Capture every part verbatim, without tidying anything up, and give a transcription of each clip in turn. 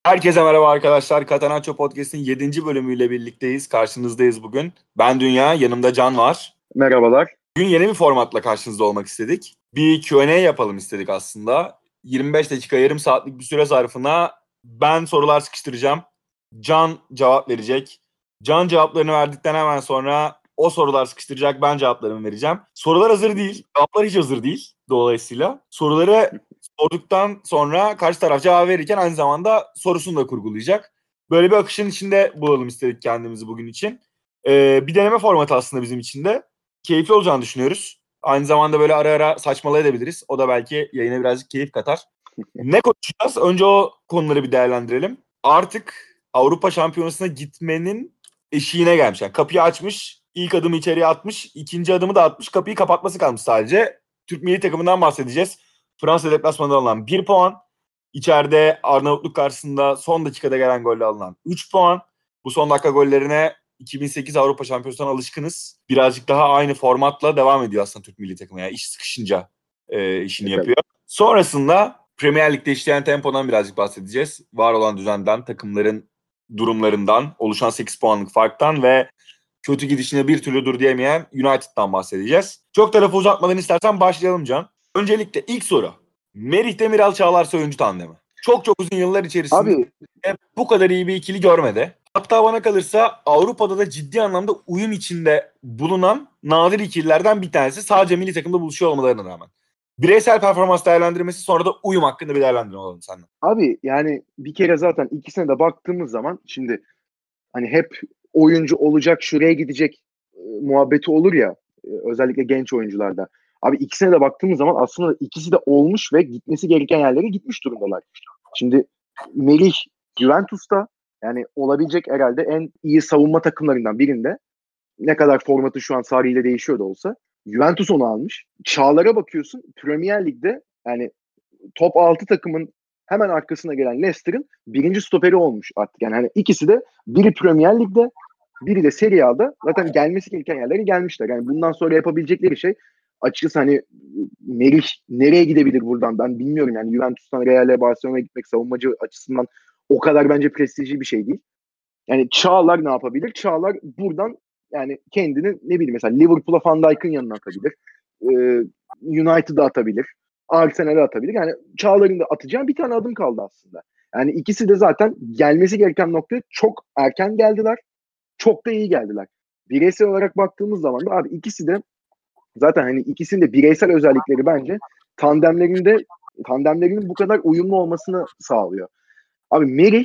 Herkese merhaba arkadaşlar. Catenaccio Podcast'in yedinci bölümüyle birlikteyiz. Karşınızdayız bugün. Ben Dünya, yanımda Can var. Merhabalar. Bugün yeni bir formatla karşınızda olmak istedik. Bir Q and A yapalım istedik aslında. yirmi beş dakika, yarım saatlik bir süre zarfına ben sorular sıkıştıracağım. Can cevap verecek. Can cevaplarını verdikten hemen sonra o sorular sıkıştıracak, ben cevaplarımı vereceğim. Sorular hazır değil, cevaplar hiç hazır değil dolayısıyla. Soruları sorduktan sonra karşı taraf cevap verirken aynı zamanda sorusunu da kurgulayacak. Böyle bir akışın içinde bulalım istedik kendimizi bugün için. Ee, bir deneme formatı aslında bizim için de. Keyifli olacağını düşünüyoruz. Aynı zamanda böyle ara ara saçmalayabiliriz. O da belki yayına birazcık keyif katar. Ne konuşacağız? Önce o konuları bir değerlendirelim. Artık Avrupa Şampiyonası'na gitmenin eşiğine gelmiş. Yani kapıyı açmış, ilk adımı içeriye atmış, ikinci adımı da atmış, kapıyı kapatması kalmış sadece. Türk milli takımından bahsedeceğiz. Fransa deplasmanında alınan bir puan. İçeride Arnavutluk karşısında son dakikada gelen golle alınan üç puan. Bu son dakika gollerine iki bin sekiz Avrupa Şampiyonası'ndan alışkınız. Birazcık daha aynı formatla devam ediyor aslında Türk milli takımı. Yani iş sıkışınca e, işini yapıyor. Sonrasında Premier Lig'de işleyen tempodan birazcık bahsedeceğiz. Var olan düzenden, takımların durumlarından, oluşan sekiz puanlık farktan ve kötü gidişine bir türlü dur diyemeyen United'dan bahsedeceğiz. Çok da lafı uzatmadan istersen başlayalım Can. Öncelikle ilk soru. Merih Demiral Çağlar Söyüncü tandemi. Çok çok uzun yıllar içerisinde Abi, bu kadar iyi bir ikili görmedi. Hatta bana kalırsa Avrupa'da da ciddi anlamda uyum içinde bulunan nadir ikililerden bir tanesi. Sadece milli takımda buluşuyor olmalarına rağmen. Bireysel performans değerlendirmesi, sonra da uyum hakkında bir değerlendirme alalım senden. abi yani bir kere zaten ikisine de baktığımız zaman şimdi hani hep oyuncu olacak, şuraya gidecek e, muhabbeti olur ya, e, özellikle genç oyuncularda. Abi ikisine de baktığımız zaman aslında ikisi de olmuş ve gitmesi gereken yerlere gitmiş durumdalar. Şimdi Melih Juventus'ta, yani olabilecek herhalde en iyi savunma takımlarından birinde. Ne kadar formatı şu an Sarri ile değişiyor da olsa. Juventus onu almış. Çağlar'a bakıyorsun, Premier Lig'de yani top altı takımın hemen arkasına gelen Leicester'ın birinci stoperi olmuş artık. Yani hani ikisi de, biri Premier Lig'de, biri de Serie A'da zaten gelmesi gereken yerlere gelmişler. Yani bundan sonra yapabilecekleri şey, açıkçası hani Merih nereye gidebilir buradan ben bilmiyorum. Yani Juventus'tan Real'e, Barcelona'ya gitmek savunmacı açısından o kadar bence prestijli bir şey değil. Yani Çağlar ne yapabilir? Çağlar buradan yani kendini ne bileyim mesela Liverpool'a Van Dijk'ın yanına atabilir. Ee, United'a atabilir. Arsenal'e atabilir. Yani Çağlar'ın da atacağı bir tane adım kaldı aslında. Yani ikisi de zaten gelmesi gereken noktaya çok erken geldiler. Çok da iyi geldiler. Bireysel olarak baktığımız zaman da abi ikisi de zaten hani ikisinin de bireysel özellikleri bence tandemlerinde tandemlerinin bu kadar uyumlu olmasını sağlıyor. Abi Merih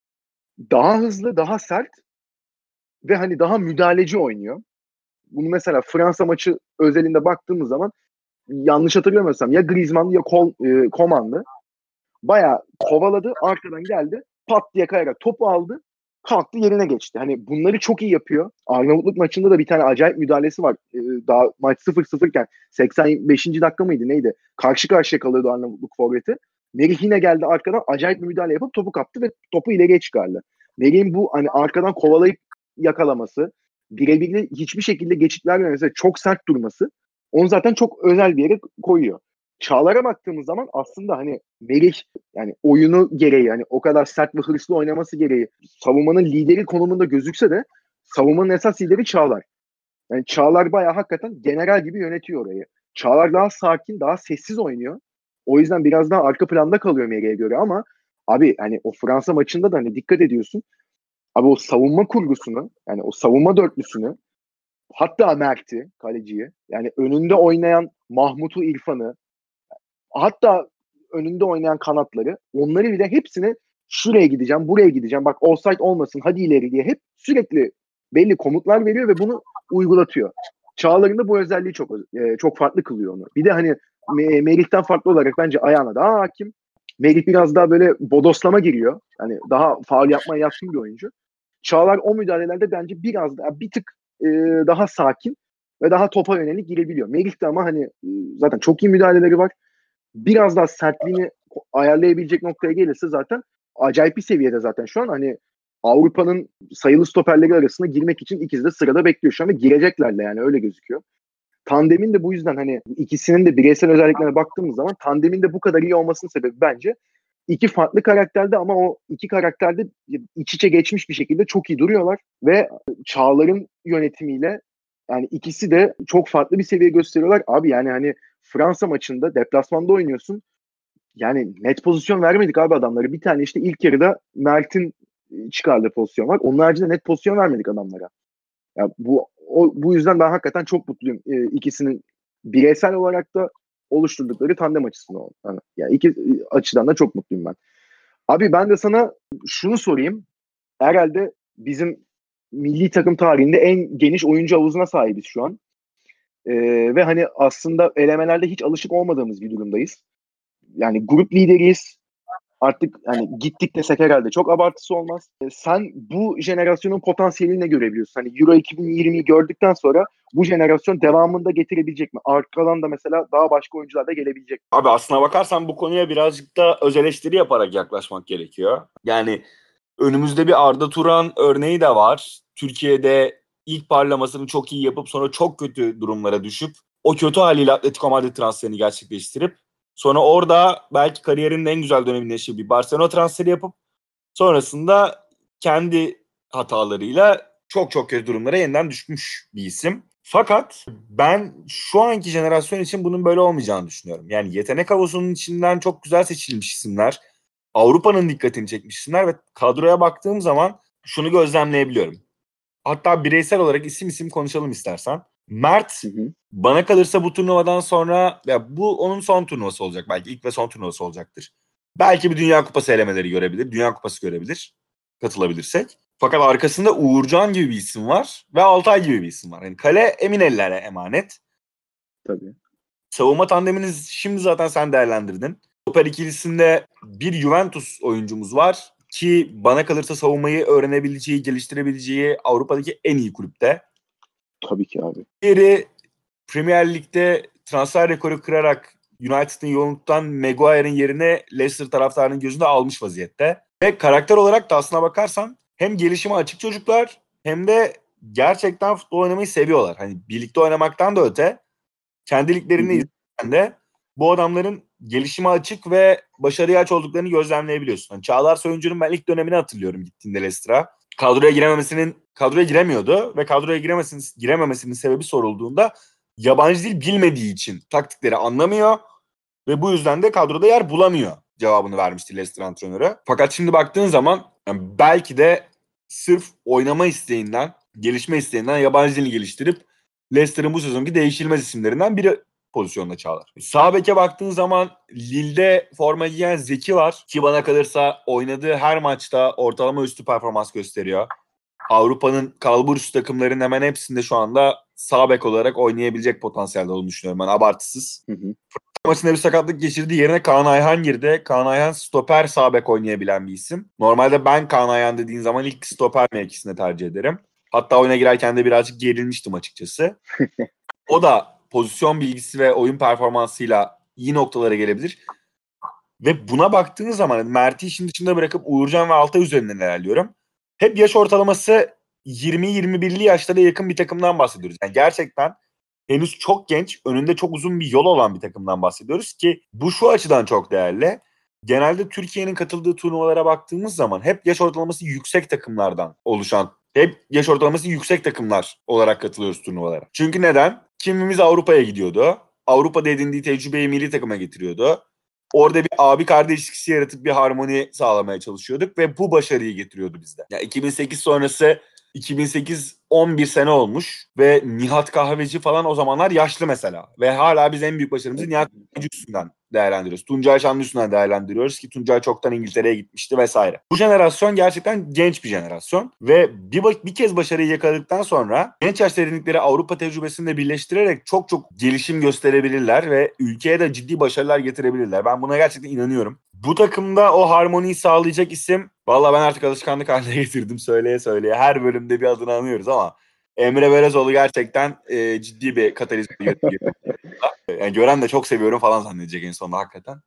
daha hızlı, daha sert ve hani daha müdahaleci oynuyor. Bunu mesela Fransa maçı özelinde baktığımız zaman, yanlış hatırlamıyorsam ya Griezmann ya Kol, e, Koman'dı. Bayağı kovaladı, arkadan geldi, pat diye kayarak topu aldı, kalktı yerine geçti. Hani bunları çok iyi yapıyor. Arnavutluk maçında da bir tane acayip müdahalesi var. Ee, daha maç sıfır sıfır iken seksen beşinci dakika mıydı neydi? Karşı karşıya kalıyordu Arnavutluk forveti. Merih yine geldi arkadan, acayip bir müdahale yapıp topu kaptı ve topu ileriye çıkardı. Merih'in bu hani arkadan kovalayıp yakalaması, birebir hiçbir şekilde geçit vermemesi, çok sert durması onu zaten çok özel bir yere koyuyor. Çağlar'a baktığımız zaman aslında hani Melih, yani oyunu gereği, hani o kadar sert ve hırslı oynaması gereği savunmanın lideri konumunda gözükse de savunmanın esas lideri Çağlar. Yani Çağlar bayağı hakikaten general gibi yönetiyor orayı. Çağlar daha sakin, daha sessiz oynuyor. O yüzden biraz daha arka planda kalıyor Melih'e göre ama abi hani o Fransa maçında da hani dikkat ediyorsun. Abi o savunma kurgusunu, yani o savunma dörtlüsünü, hatta Mert'i, kaleciyi, yani önünde oynayan Mahmut'u, İrfan'ı, hatta önünde oynayan kanatları, onları bile hepsini şuraya gideceğim, buraya gideceğim, bak offside olmasın, hadi ileri diye hep sürekli belli komutlar veriyor ve bunu uygulatıyor. Çağlar'ın da bu özelliği çok e, çok farklı kılıyor onu. Bir de hani Merih'ten farklı olarak bence ayağına daha hakim. Merih biraz daha böyle bodoslama giriyor. Yani daha faul yapmaya yatkın bir oyuncu. Çağlar o müdahalelerde bence biraz daha bir tık e, daha sakin ve daha topa yönelik girebiliyor. Merih de ama hani e, zaten çok iyi müdahaleleri var. Biraz daha sertliğini ayarlayabilecek noktaya gelirse zaten acayip bir seviyede zaten şu an. Hani Avrupa'nın sayılı stoperleri arasında girmek için ikisi de sırada bekliyor şu an ve girecekler de, yani öyle gözüküyor. Tandemin de bu yüzden hani ikisinin de bireysel özelliklerine baktığımız zaman tandemin de bu kadar iyi olmasının sebebi bence iki farklı karakterde ama o iki karakterde iç içe geçmiş bir şekilde çok iyi duruyorlar ve Çağlar'ın yönetimiyle yani ikisi de çok farklı bir seviye gösteriyorlar. Abi yani hani Fransa maçında deplasmanda oynuyorsun. Yani net pozisyon vermedik abi adamlara. Bir tane işte ilk yarıda Mert'in çıkardığı pozisyon var. Onun haricinde net pozisyon vermedik adamlara. Ya bu o, bu yüzden ben hakikaten çok mutluyum. E, ikisinin bireysel olarak da oluşturdukları tandem açısından. Yani, yani iki açıdan da çok mutluyum ben. Abi ben de sana şunu sorayım. Herhalde bizim milli takım tarihinde en geniş oyuncu havuzuna sahibiz şu an. E, ve hani aslında elemelerde hiç alışık olmadığımız bir durumdayız. Yani grup lideriyiz. Artık hani gittik desek herhalde çok abartısı olmaz. E, sen bu jenerasyonun potansiyelini ne görebiliyorsun? Hani Euro iki bin yirmiyi gördükten sonra bu jenerasyon devamında getirebilecek mi? Arkadan da mesela daha başka oyuncular da gelebilecek mi? Abi aslına bakarsan bu konuya birazcık da öz eleştiri yaparak yaklaşmak gerekiyor. Yani önümüzde bir Arda Turan örneği de var. Türkiye'de ilk parlamasını çok iyi yapıp sonra çok kötü durumlara düşüp o kötü haliyle Atletico Madrid transferini gerçekleştirip sonra orada belki kariyerinin en güzel döneminde yaşadığı bir Barcelona transferi yapıp sonrasında kendi hatalarıyla çok çok kötü durumlara yeniden düşmüş bir isim. Fakat ben şu anki jenerasyon için bunun böyle olmayacağını düşünüyorum. Yani yetenek havuzunun içinden çok güzel seçilmiş isimler. Avrupa'nın dikkatini çekmiş isimler ve kadroya baktığım zaman şunu gözlemleyebiliyorum. Hatta bireysel olarak isim isim konuşalım istersen. Mert Hı hı. bana kalırsa bu turnuvadan sonra ya bu onun son turnuvası olacak. Belki ilk ve son turnuvası olacaktır. Belki bir Dünya Kupası elemeleri görebilir. Dünya Kupası görebilir. Katılabilirsek. Fakat arkasında Uğurcan gibi bir isim var ve Altay gibi bir isim var. Yani kale emin ellere emanet. Tabii. Savunma tandeminiz şimdi zaten sen değerlendirdin. Stoper ikilisinde bir Juventus oyuncumuz var ki bana kalırsa savunmayı öğrenebileceği, geliştirebileceği Avrupa'daki en iyi kulüpte. Tabii ki abi. Diğeri Premier Lig'de transfer rekoru kırarak United'ın yolunu tutan Maguire'ın yerine Leicester taraftarının gözünde almış vaziyette. Ve karakter olarak da aslına bakarsan hem gelişime açık çocuklar hem de gerçekten futbol oynamayı seviyorlar. Hani birlikte oynamaktan da öte kendi liglerini izlerken de bu adamların gelişime açık ve başarıya aç olduklarını gözlemleyebiliyorsun. Yani Çağlar Soyuncu'nun ben ilk dönemini hatırlıyorum gittiğinde Leicester'a. Kadroya girememesinin kadroya giremiyordu ve kadroya girememesinin, girememesinin sebebi sorulduğunda yabancı dil bilmediği için taktikleri anlamıyor ve bu yüzden de kadroda yer bulamıyor cevabını vermişti Leicester antrenörü. Fakat şimdi baktığın zaman yani belki de sırf oynama isteğinden, gelişme isteğinden yabancı dili geliştirip Leicester'ın bu sezonki değişilmez isimlerinden biri pozisyonda Çağlar. Sağ beke baktığın zaman Lille'de forma giyen Zeki var ki bana kalırsa oynadığı her maçta ortalama üstü performans gösteriyor. Avrupa'nın kalburüstü takımların hemen hepsinde şu anda sağ bek olarak oynayabilecek potansiyelde olduğunu düşünüyorum ben, abartısız. Hı hı. Maçında bir sakatlık geçirdi. Yerine Kaan Ayhan girdi. Kaan Ayhan stoper sağ bek oynayabilen bir isim. Normalde ben Kaan Ayhan dediğin zaman ilk stoper mevkisini tercih ederim. Hatta oyuna girerken de birazcık gerilmiştim açıkçası. O da pozisyon bilgisi ve oyun performansıyla iyi noktalara gelebilir. Ve buna baktığınız zaman Mert'i işin dışında bırakıp Uğurcan ve Altay üzerinden ilerliyorum. Hep yaş ortalaması yirmi yirmi birli yaşlara yakın bir takımdan bahsediyoruz. Yani gerçekten henüz çok genç, önünde çok uzun bir yol olan bir takımdan bahsediyoruz ki bu şu açıdan çok değerli. Genelde Türkiye'nin katıldığı turnuvalara baktığımız zaman hep yaş ortalaması yüksek takımlardan oluşan, hep yaş ortalaması yüksek takımlar olarak katılıyoruz turnuvalara. Çünkü neden? Kimimiz Avrupa'ya gidiyordu. Avrupa'da edindiği tecrübeyi milli takıma getiriyordu. Orada bir abi kardeş ilişkisi yaratıp bir harmoni sağlamaya çalışıyorduk ve bu başarıyı getiriyordu bizde. Yani iki bin sekiz sonrası iki bin sekiz on bir sene olmuş ve Nihat Kahveci falan o zamanlar yaşlı mesela. Ve hala biz en büyük başarımızı Nihat Kahveci üstünden değerlendiriyoruz. Tuncay Şanlı üstünden değerlendiriyoruz ki Tuncay çoktan İngiltere'ye gitmişti vesaire. Bu jenerasyon gerçekten genç bir jenerasyon ve bir, bir kez başarıyı yakaladıktan sonra genç yaş derinlikleri Avrupa tecrübesini de birleştirerek çok çok gelişim gösterebilirler ve ülkeye de ciddi başarılar getirebilirler. Ben buna gerçekten inanıyorum. Bu takımda o harmoniyi sağlayacak isim, vallahi ben artık alışkanlık haline getirdim söyleye söyleye. Her bölümde bir adını anıyoruz ama Emre Belezoğlu gerçekten e, ciddi bir katalizör yönetiyor. Yani gören de çok seviyorum falan zannedecek en sonunda hakikaten.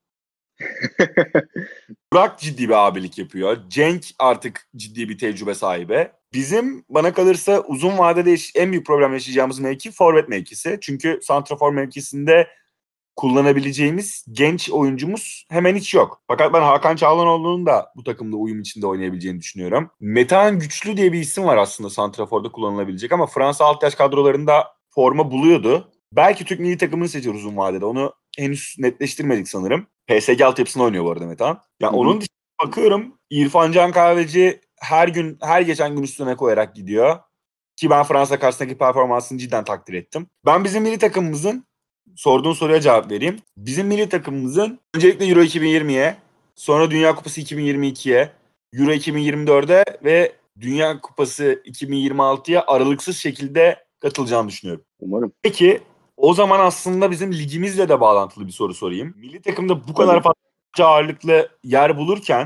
Burak ciddi bir abilik yapıyor. Cenk artık ciddi bir tecrübe sahibi. Bizim bana kalırsa uzun vadede en büyük problem yaşayacağımız mevki forvet mevkisi. Çünkü santrafor mevkisinde kullanabileceğimiz genç oyuncumuz hemen hiç yok. Fakat ben Hakan Çalhanoğlu'nun da bu takımda uyum içinde oynayabileceğini düşünüyorum. Metehan Güçlü diye bir isim var aslında santraforda kullanılabilecek ama Fransa alt yaş kadrolarında forma buluyordu. Belki Türk milli takımını seçer uzun vadede. Onu henüz netleştirmedik sanırım. P S G altyapısında oynuyor bu arada Metehan. Yani onun dışında bakıyorum İrfan Can Kahveci her gün her geçen gün üstüne koyarak gidiyor. Ki ben Fransa karşısındaki performansını cidden takdir ettim. Ben bizim milli takımımızın sorduğun soruya cevap vereyim. Bizim milli takımımızın öncelikle Euro iki bin yirmiye, sonra Dünya Kupası iki bin yirmi ikiye, Euro iki bin yirmi dörde ve Dünya Kupası iki bin yirmi altıya aralıksız şekilde katılacağını düşünüyorum. Umarım. Peki o zaman aslında bizim ligimizle de bağlantılı bir soru sorayım. Milli takımda bu kadar fazla ağırlıklı yer bulurken,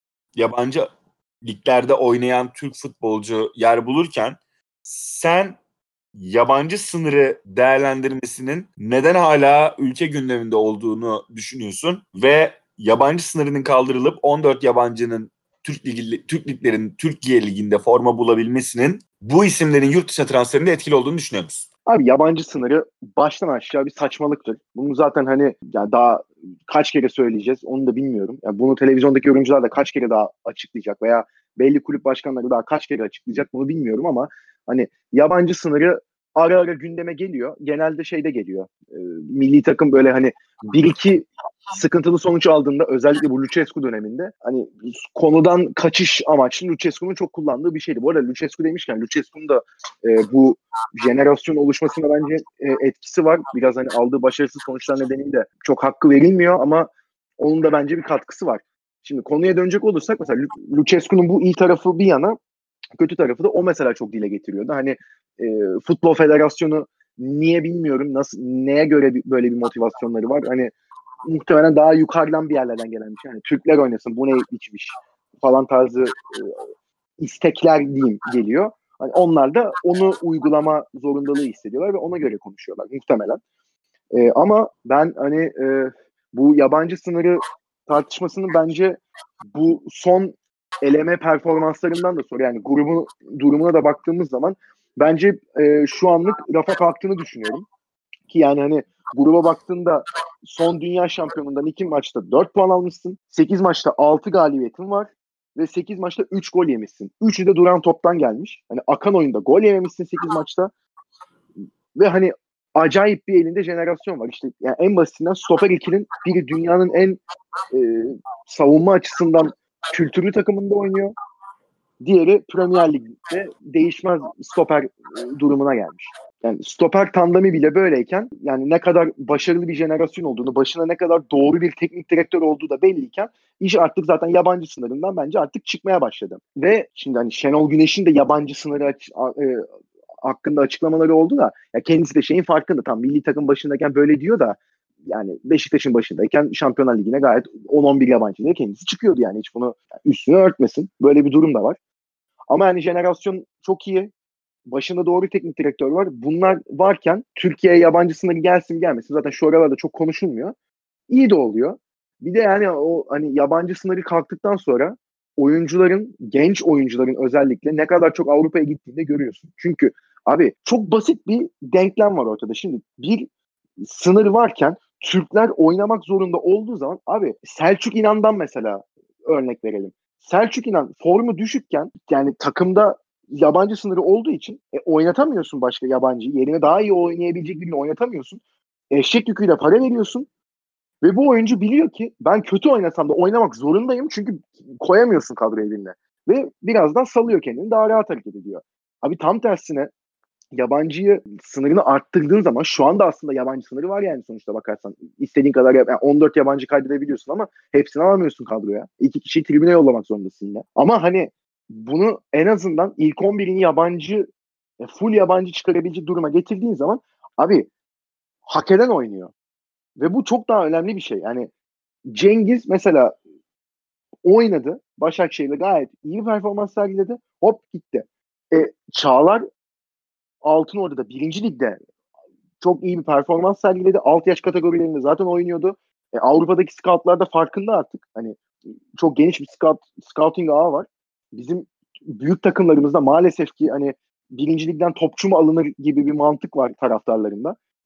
yabancı liglerde oynayan Türk futbolcu yer bulurken sen yabancı sınırı değerlendirmesinin neden hala ülke gündeminde olduğunu düşünüyorsun ve yabancı sınırının kaldırılıp on dört yabancının Türk ligi, Türk liglerin Türkiye liginde forma bulabilmesinin bu isimlerin yurt dışına transferinde etkili olduğunu düşünüyor musun? Abi yabancı sınırı baştan aşağı bir saçmalıktır. Bunu zaten hani yani daha kaç kere söyleyeceğiz onu da bilmiyorum. Yani bunu televizyondaki yorumcular da kaç kere daha açıklayacak veya belli kulüp başkanları daha kaç kere açıklayacak bunu bilmiyorum ama hani yabancı sınırı ara ara gündeme geliyor. Genelde şeyde geliyor. E, milli takım böyle hani bir iki sıkıntılı sonuç aldığında özellikle bu Lucescu döneminde hani konudan kaçış amaçlı Lucescu'nun çok kullandığı bir şeydi. Bu arada Lucescu demişken Lucescu'nun da e, bu jenerasyon oluşmasında bence e, etkisi var. Biraz hani aldığı başarısız sonuçlar nedeniyle çok hakkı verilmiyor ama onun da bence bir katkısı var. Şimdi konuya dönecek olursak mesela Lucescu'nun bu iyi tarafı bir yana kötü tarafı da o mesela çok dile getiriyordu. Hani e, Futbol Federasyonu niye bilmiyorum nasıl neye göre bir, böyle bir motivasyonları var. Hani muhtemelen daha yukarıdan bir yerlerden gelen bir şey. Yani Türkler oynasın bu ne içmiş falan tarzı e, istekler diyeyim geliyor. Hani onlar da onu uygulama zorundalığı hissediyorlar ve ona göre konuşuyorlar muhtemelen. E, ama ben hani e, bu yabancı sınırı tartışmasının bence bu son eleme performanslarından da sonra yani grubun durumuna da baktığımız zaman bence e, şu anlık rafa kalktığını düşünüyorum. Ki yani hani gruba baktığında son dünya şampiyonundan iki maçta dört puan almışsın. sekiz maçta altı galibiyetin var. Ve sekiz maçta üç gol yemişsin. üçü de duran toptan gelmiş. Hani akan oyunda gol yememişsin sekiz maçta. Ve hani acayip bir elinde jenerasyon var. İşte yani en basitinden stoper ikilinin biri dünyanın en e, savunma açısından kültürlü takımında oynuyor. Diğeri Premier Lig'de değişmez stoper e, durumuna gelmiş. Yani stoper tandemi bile böyleyken yani ne kadar başarılı bir jenerasyon olduğunu, başına ne kadar doğru bir teknik direktör olduğu da belliyken iş artık zaten yabancı sınırından bence artık çıkmaya başladı. Ve şimdi hani Şenol Güneş'in de yabancı sınırı aç, e, hakkında açıklamaları oldu da ya kendisi de şeyin farkında. Tam milli takım başındayken böyle diyor da yani Beşiktaş'ın başındayken Şampiyonlar Ligi'ne gayet on on bir yabancı diye kendisi çıkıyordu yani hiç bunu üstüne örtmesin. Böyle bir durum da var. Ama yani jenerasyon çok iyi. Başında doğru teknik direktör var. Bunlar varken Türkiye'ye yabancı sınırı gelsin gelmesin. Zaten şu aralarda çok konuşulmuyor. İyi de oluyor. Bir de yani o hani yabancı sınırı kalktıktan sonra oyuncuların, genç oyuncuların özellikle ne kadar çok Avrupa'ya gittiğini de görüyorsun. Çünkü abi çok basit bir denklem var ortada. Şimdi bir sınır varken Türkler oynamak zorunda olduğu zaman abi Selçuk İnan'dan mesela örnek verelim. Selçuk İnan formu düşükken yani takımda yabancı sınırı olduğu için e, oynatamıyorsun başka yabancıyı. Yerine daha iyi oynayabilecek birini oynatamıyorsun. Eşek yüküyle para veriyorsun. Ve bu oyuncu biliyor ki ben kötü oynasam da oynamak zorundayım çünkü koyamıyorsun kadroya birine. Ve birazdan salıyor kendini daha rahat hareket ediyor. Abi tam tersine yabancıyı sınırını arttırdığın zaman şu anda aslında yabancı sınırı var yani sonuçta bakarsan. İstediğin kadar yani on dört yabancı kaydedebiliyorsun ama hepsini alamıyorsun kadroya. İki kişiyi tribüne yollamak zorundasın yine. Ama hani bunu en azından ilk on birini yabancı full yabancı çıkarabilecek duruma getirdiğin zaman abi hak eden oynuyor. Ve bu çok daha önemli bir şey. Yani Cengiz mesela oynadı. Başakşehir'de gayet iyi bir performans sergiledi. Hop gitti. E, Çağlar Altınordu'da birinci ligde çok iyi bir performans sergiledi. Alt yaş kategorilerinde zaten oynuyordu. E, Avrupa'daki scoutlar da farkında artık. Hani çok geniş bir scout, scouting ağı var. Bizim büyük takımlarımızda maalesef ki hani birinci ligden topçu mu alınır gibi bir mantık var taraftarlarında.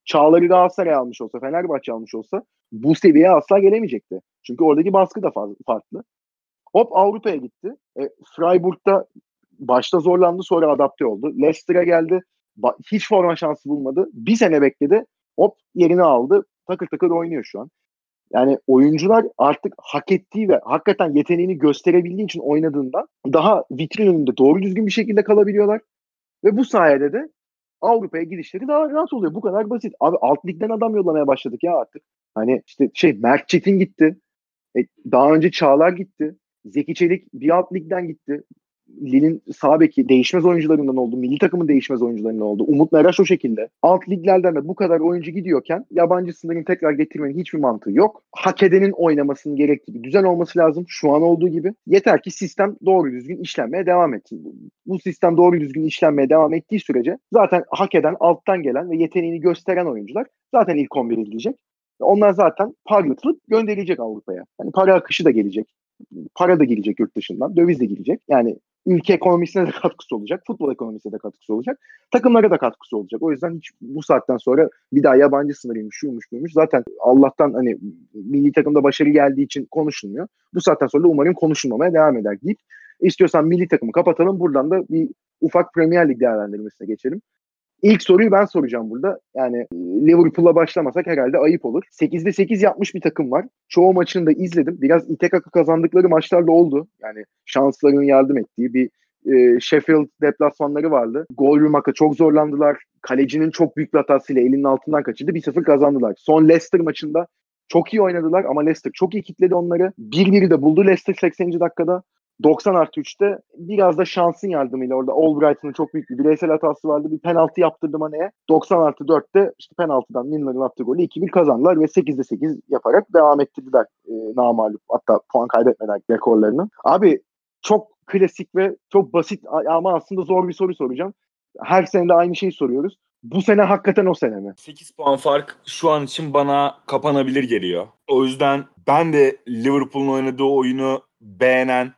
Çağlar'ı Galatasaray almış olsa, Fenerbahçe almış olsa bu seviyeye asla gelemeyecekti. Çünkü oradaki baskı da fazla, farklı. Hop Avrupa'ya gitti. E, Freiburg'da başta zorlandı, sonra adapte oldu. Leicester'a geldi. Ba- hiç forma şansı bulmadı. Bir sene bekledi. Hop yerini aldı. Takır takır oynuyor şu an. Yani oyuncular artık hak ettiği ve hakikaten yeteneğini gösterebildiği için oynadığında daha vitrin önünde doğru düzgün bir şekilde kalabiliyorlar. Ve bu sayede de Avrupa'ya gidişleri daha rahat oluyor. Bu kadar basit. Abi alt ligden adam yollamaya başladık ya artık. Hani işte şey Mert Çetin gitti. E, daha önce Çağlar gitti. Zeki Çelik bir alt ligden gitti. Lille'in sağ beki değişmez oyuncularından oldu. Milli takımın değişmez oyuncularından oldu. Umut Meraş o şekilde. Alt liglerden de bu kadar oyuncu gidiyorken yabancı sınırını tekrar getirmenin hiçbir mantığı yok. Hak edenin oynamasının gerektiği bir düzen olması lazım. Şu an olduğu gibi. Yeter ki sistem doğru düzgün işlenmeye devam etsin. Bu sistem doğru düzgün işlenmeye devam ettiği sürece zaten hak eden, alttan gelen ve yeteneğini gösteren oyuncular zaten ilk on bire gidecek. Onlar zaten parlatılıp gönderilecek Avrupa'ya. Hani para akışı da gelecek. Para da gelecek yurt dışından. Döviz de gelecek. Yani ülke ekonomisine de katkısı olacak. Futbol ekonomisine de katkısı olacak. Takımlara da katkısı olacak. O yüzden hiç bu saatten sonra bir daha yabancı sınırıymış, şuymuş, buymuş. Zaten Allah'tan hani milli takımda başarı geldiği için konuşulmuyor. Bu saatten sonra da umarım konuşulmamaya devam eder deyip istiyorsan milli takımı kapatalım. Buradan da bir ufak Premier Lig değerlendirmesine geçelim. İlk soruyu ben soracağım burada. Yani Liverpool'a başlamasak herhalde ayıp olur. sekizde sekiz yapmış bir takım var. Çoğu maçını da izledim. Biraz ite kaka kazandıkları maçlar da oldu. Yani şanslarının yardım ettiği bir e, Sheffield deplasmanları vardı. Gol bulmakta çok zorlandılar. Kalecinin çok büyük bir hatasıyla elinin altından kaçırdı. bir sıfır kazandılar. Son Leicester maçında çok iyi oynadılar ama Leicester çok iyi kitledi onları. bir biri de buldu Leicester sekseninci dakikada. doksan artı üçte biraz da şansın yardımıyla orada Albright'ın çok büyük bir bireysel hatası vardı. Bir penaltı yaptırdı Mane'ye. doksan artı dörtte işte penaltıdan Milner'ın attığı golü iki bir kazandılar ve sekizde sekiz yaparak devam ettirdiler e, namağlup. Hatta puan kaybetmeden rekorlarını. Abi çok klasik ve çok basit ama aslında zor bir soru soracağım. Her sene de aynı şeyi soruyoruz. Bu sene hakikaten o sene mi? sekiz puan fark şu an için bana kapanabilir geliyor. O yüzden ben de Liverpool'un oynadığı oyunu beğenen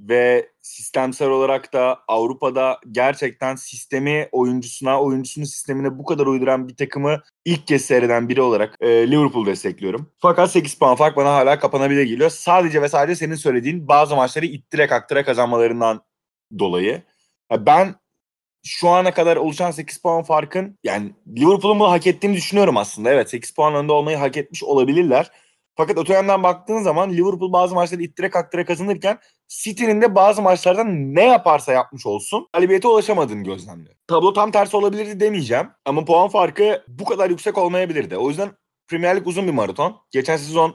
ve sistemsel olarak da Avrupa'da gerçekten sistemi oyuncusuna, oyuncusunun sistemine bu kadar uyduran bir takımı ilk kez seyreden biri olarak e, Liverpool'u destekliyorum. Fakat sekiz puan fark bana hala kapanabilir geliyor. Sadece ve sadece senin söylediğin bazı maçları ittire kaktıra kazanmalarından dolayı. Ben şu ana kadar oluşan sekiz puan farkın yani Liverpool'un bunu hak ettiğini düşünüyorum aslında. Evet, sekiz puan önde olmayı hak etmiş olabilirler. Fakat öte yandan baktığın zaman Liverpool bazı maçları ittire kaktıra kazanırken City'nin de bazı maçlardan ne yaparsa yapmış olsun galibiyete ulaşamadığını gözlemliyorum. Tablo tam tersi olabilirdi demeyeceğim ama puan farkı bu kadar yüksek olmayabilirdi. O yüzden Premier Lig uzun bir maraton. Geçen sezon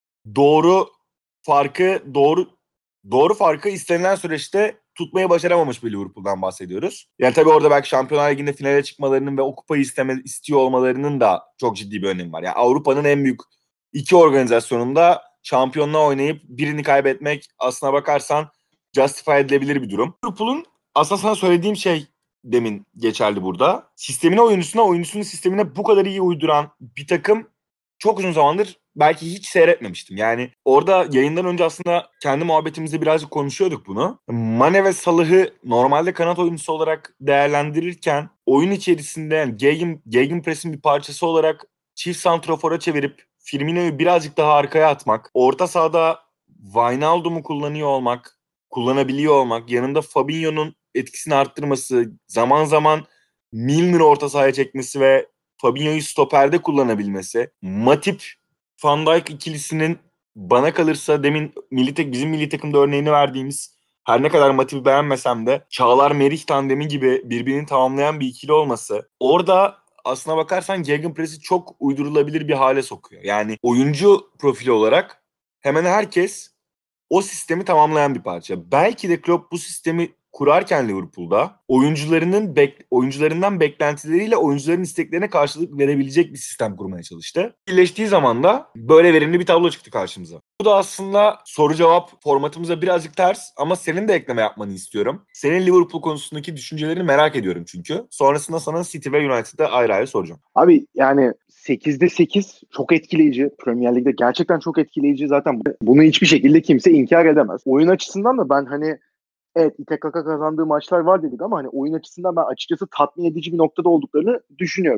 doğru farkı doğru doğru farkı istenilen süreçte tutmayı başaramamış bir Liverpool'dan bahsediyoruz. Yani tabii orada belki Şampiyonlar Ligi'nde finale çıkmalarının ve o kupayı isteme, istiyor olmalarının da çok ciddi bir önemi var. Yani Avrupa'nın en büyük iki organizasyonunda şampiyonluğa oynayıp birini kaybetmek aslına bakarsan justify edilebilir bir durum. Liverpool'un aslında sana söylediğim şey demin geçerli burada. Sistemine oyuncusuna, oyuncusunun sistemine bu kadar iyi uyduran bir takım çok uzun zamandır belki hiç seyretmemiştim. Yani orada yayından önce aslında kendi muhabbetimizde birazcık konuşuyorduk bunu. Mane ve Salah'ı normalde kanat oyuncusu olarak değerlendirirken oyun içerisinde yani Gegen, Gegenpress'in bir parçası olarak çift santrafora çevirip Firmino'yu birazcık daha arkaya atmak, orta sahada Wijnaldum'u kullanıyor olmak, kullanabiliyor olmak, yanında Fabinho'nun etkisini arttırması, zaman zaman Milner'ı orta sahaya çekmesi ve Fabinho'yu stoperde kullanabilmesi, Matip Van Dijk ikilisinin bana kalırsa demin milli tek bizim milli takımda örneğini verdiğimiz her ne kadar Matip'i beğenmesem de Çağlar Merih tandemi gibi birbirini tamamlayan bir ikili olması orada aslına bakarsan Gegenpress'i çok uydurulabilir bir hale sokuyor. Yani oyuncu profili olarak hemen herkes o sistemi tamamlayan bir parça. Belki de Klopp bu sistemi kurarken Liverpool'da oyuncularının bek, oyuncularından beklentileriyle oyuncuların isteklerine karşılık verebilecek bir sistem kurmaya çalıştı. Birleştiği zaman da böyle verimli bir tablo çıktı karşımıza. Bu da aslında soru cevap formatımıza birazcık ters ama senin de ekleme yapmanı istiyorum. Senin Liverpool konusundaki düşüncelerini merak ediyorum çünkü. Sonrasında sana City ve United'ı ayrı ayrı soracağım. Abi yani sekizde sekiz çok etkileyici. Premier Lig'de gerçekten çok etkileyici. Zaten bunu hiçbir şekilde kimse inkar edemez. Oyun açısından da ben hani evet İ T K K kazandığı maçlar var dedik ama hani oyun açısından ben açıkçası tatmin edici bir noktada olduklarını düşünüyorum.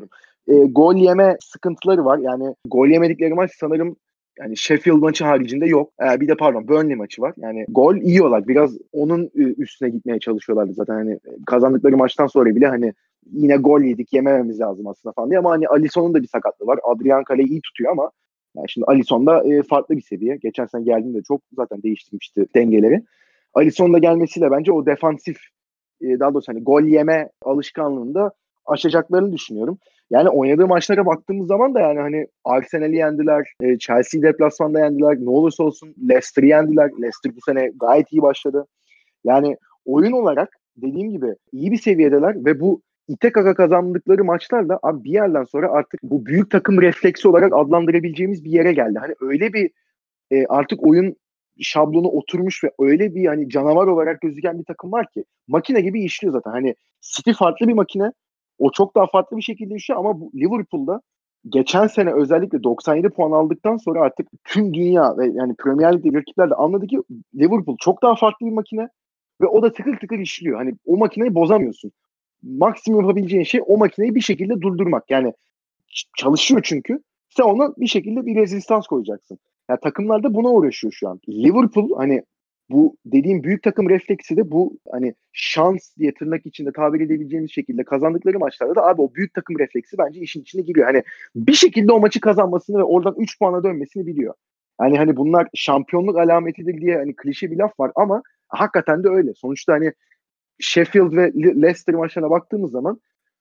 e, gol yeme sıkıntıları var. Yani gol yemedikleri maç sanırım yani Sheffield maçı haricinde yok. Ee, bir de pardon Burnley maçı var. Yani gol yiyorlar. Biraz onun üstüne gitmeye çalışıyorlardı zaten. Hani kazandıkları maçtan sonra bile hani yine gol yedik yemememiz lazım aslında falan diye. Ama hani Alisson'un da bir sakatlığı var. Adrian kaleyi iyi tutuyor ama yani şimdi Alisson da e, farklı bir seviye. Geçen sene geldiğinde çok zaten değiştirmişti dengeleri. Alisson'un da gelmesiyle bence o defansif e, daha doğrusu hani gol yeme alışkanlığını da aşacaklarını düşünüyorum. Yani oynadığı maçlara baktığımız zaman da yani hani Arsenal'i yendiler, e, Chelsea'yi deplasmanda yendiler, ne olursa olsun Leicester'ı yendiler. Leicester bu sene gayet iyi başladı. Yani oyun olarak dediğim gibi iyi bir seviyedeler ve bu ite kaka kazandıkları maçlar abi bir yerden sonra artık bu büyük takım refleksi olarak adlandırabileceğimiz bir yere geldi. Hani öyle bir e, artık oyun şablonu oturmuş ve öyle bir hani canavar olarak gözüken bir takım var ki makine gibi işliyor zaten. Hani City farklı bir makine. O çok daha farklı bir şekilde işliyor ama bu Liverpool'da geçen sene özellikle doksan yedi puan aldıktan sonra artık tüm dünya ve yani Premier Lig'de rakipler de anladı ki Liverpool çok daha farklı bir makine ve o da tıkır tıkır işliyor. Hani o makineyi bozamıyorsun. Maksimum yapabileceğin şey o makineyi bir şekilde durdurmak. Yani çalışıyor çünkü. Sen ona bir şekilde bir rezistans koyacaksın. Yani takımlar da buna uğraşıyor şu an. Liverpool hani bu dediğim büyük takım refleksi de bu hani şans diye tırnak içinde tabir edebileceğimiz şekilde kazandıkları maçlarda da abi o büyük takım refleksi bence işin içine giriyor. Hani bir şekilde o maçı kazanmasını ve oradan üç puana dönmesini biliyor. Yani hani bunlar şampiyonluk alametidir diye hani klişe bir laf var ama hakikaten de öyle. Sonuçta hani Sheffield ve Leicester maçlarına baktığımız zaman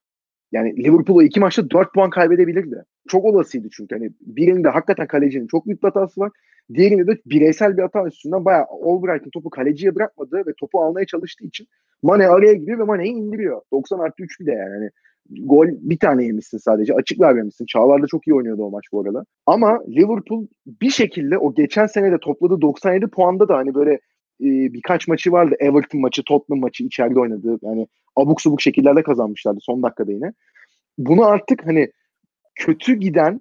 yani Liverpool o iki maçta dört puan kaybedebilirdi. Çok olasıydı çünkü. Hani birinde hakikaten kalecinin çok büyük bir hatası var. Diğerinde de bireysel bir hata üstünden bayağı Albright'ın topu kaleciye bırakmadığı ve topu almaya çalıştığı için Mane araya giriyor ve Mane'yi indiriyor. doksan artı üç bir de yani. Hani gol bir tane yemişsin sadece. Açık vermemişsin. Çağlar da çok iyi oynuyordu o maç bu arada. Ama Liverpool bir şekilde o geçen sene de topladığı doksan yedi puanda da hani böyle e, birkaç maçı vardı. Everton maçı, Tottenham maçı içeride oynadığı. Yani abuk subuk şekillerde kazanmışlardı son dakikada yine. Bunu artık hani kötü giden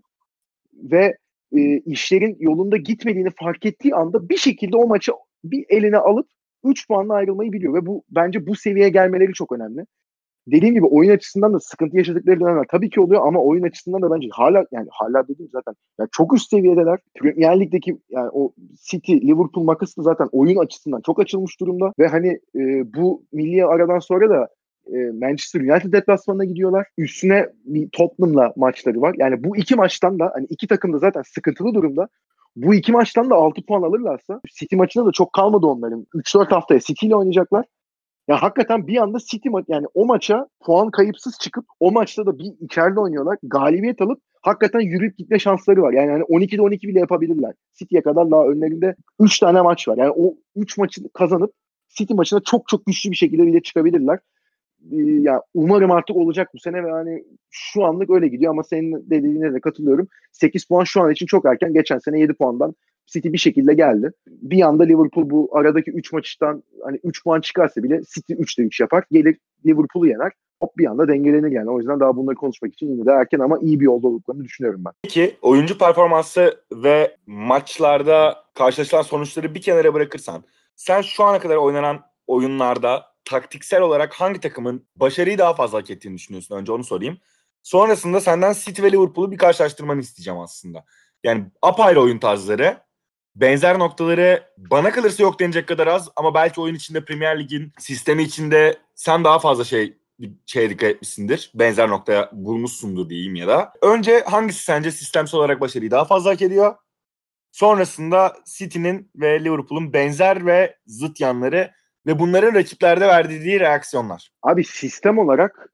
ve e, işlerin yolunda gitmediğini fark ettiği anda bir şekilde o maçı bir eline alıp üç puanla ayrılmayı biliyor ve bu bence bu seviyeye gelmeleri çok önemli. Dediğim gibi oyun açısından da sıkıntı yaşadıkları dönemler tabii ki oluyor ama oyun açısından da bence hala yani hala dediğim zaten yani çok üst seviyedeler. Premier Lig'deki yani o City, Liverpool makası da zaten oyun açısından çok açılmış durumda ve hani e, bu milli aradan sonra da e, Manchester United deplasmanına gidiyorlar. Üstüne bir Tottenham'la maçları var. Yani bu iki maçtan da hani iki takım da zaten sıkıntılı durumda. Bu iki maçtan da altı puan alırlarsa City maçında da çok kalmadı onların. üç dört haftaya City ile oynayacaklar. Ya hakikaten bir anda City ma- yani o maça puan kayıpsız çıkıp o maçta da bir içeride oynuyorlar. Galibiyet alıp hakikaten yürüyüp gitme şansları var. Yani hani on ikide on iki bile yapabilirler. City'ye kadar daha önlerinde üç tane maç var. Yani o üç maçı kazanıp City maçına çok çok güçlü bir şekilde bile çıkabilirler. Ee, ya umarım artık olacak bu sene ve hani şu anlık öyle gidiyor ama senin dediğine de katılıyorum. sekiz puan şu an için çok erken. Geçen sene yedi puandan City bir şekilde geldi. Bir anda Liverpool bu aradaki üç maçtan hani üç puan çıkarsa bile City üçte üç yapar. Gelir Liverpool'u yener. Hop bir anda dengelenir yani. O yüzden daha bunları konuşmak için yine de erken ama iyi bir yolda olduklarını düşünüyorum ben. Peki oyuncu performansı ve maçlarda karşılaşılan sonuçları bir kenara bırakırsan sen şu ana kadar oynanan oyunlarda taktiksel olarak hangi takımın başarıyı daha fazla hak ettiğini düşünüyorsun? Önce onu sorayım. Sonrasında senden City ve Liverpool'u bir karşılaştırmanı isteyeceğim aslında. Yani apayrı oyun tarzları, benzer noktaları bana kalırsa yok denecek kadar az ama belki oyun içinde Premier Lig'in sistemi içinde sen daha fazla şey bir şeye dikkat etmişsindir. Benzer noktaya bulmuşsundur diyeyim ya da. Önce hangisi sence sistemsel olarak başarıyı daha fazla hak ediyor? Sonrasında City'nin ve Liverpool'un benzer ve zıt yanları ve bunların rakiplerde verdiği reaksiyonlar. Abi sistem olarak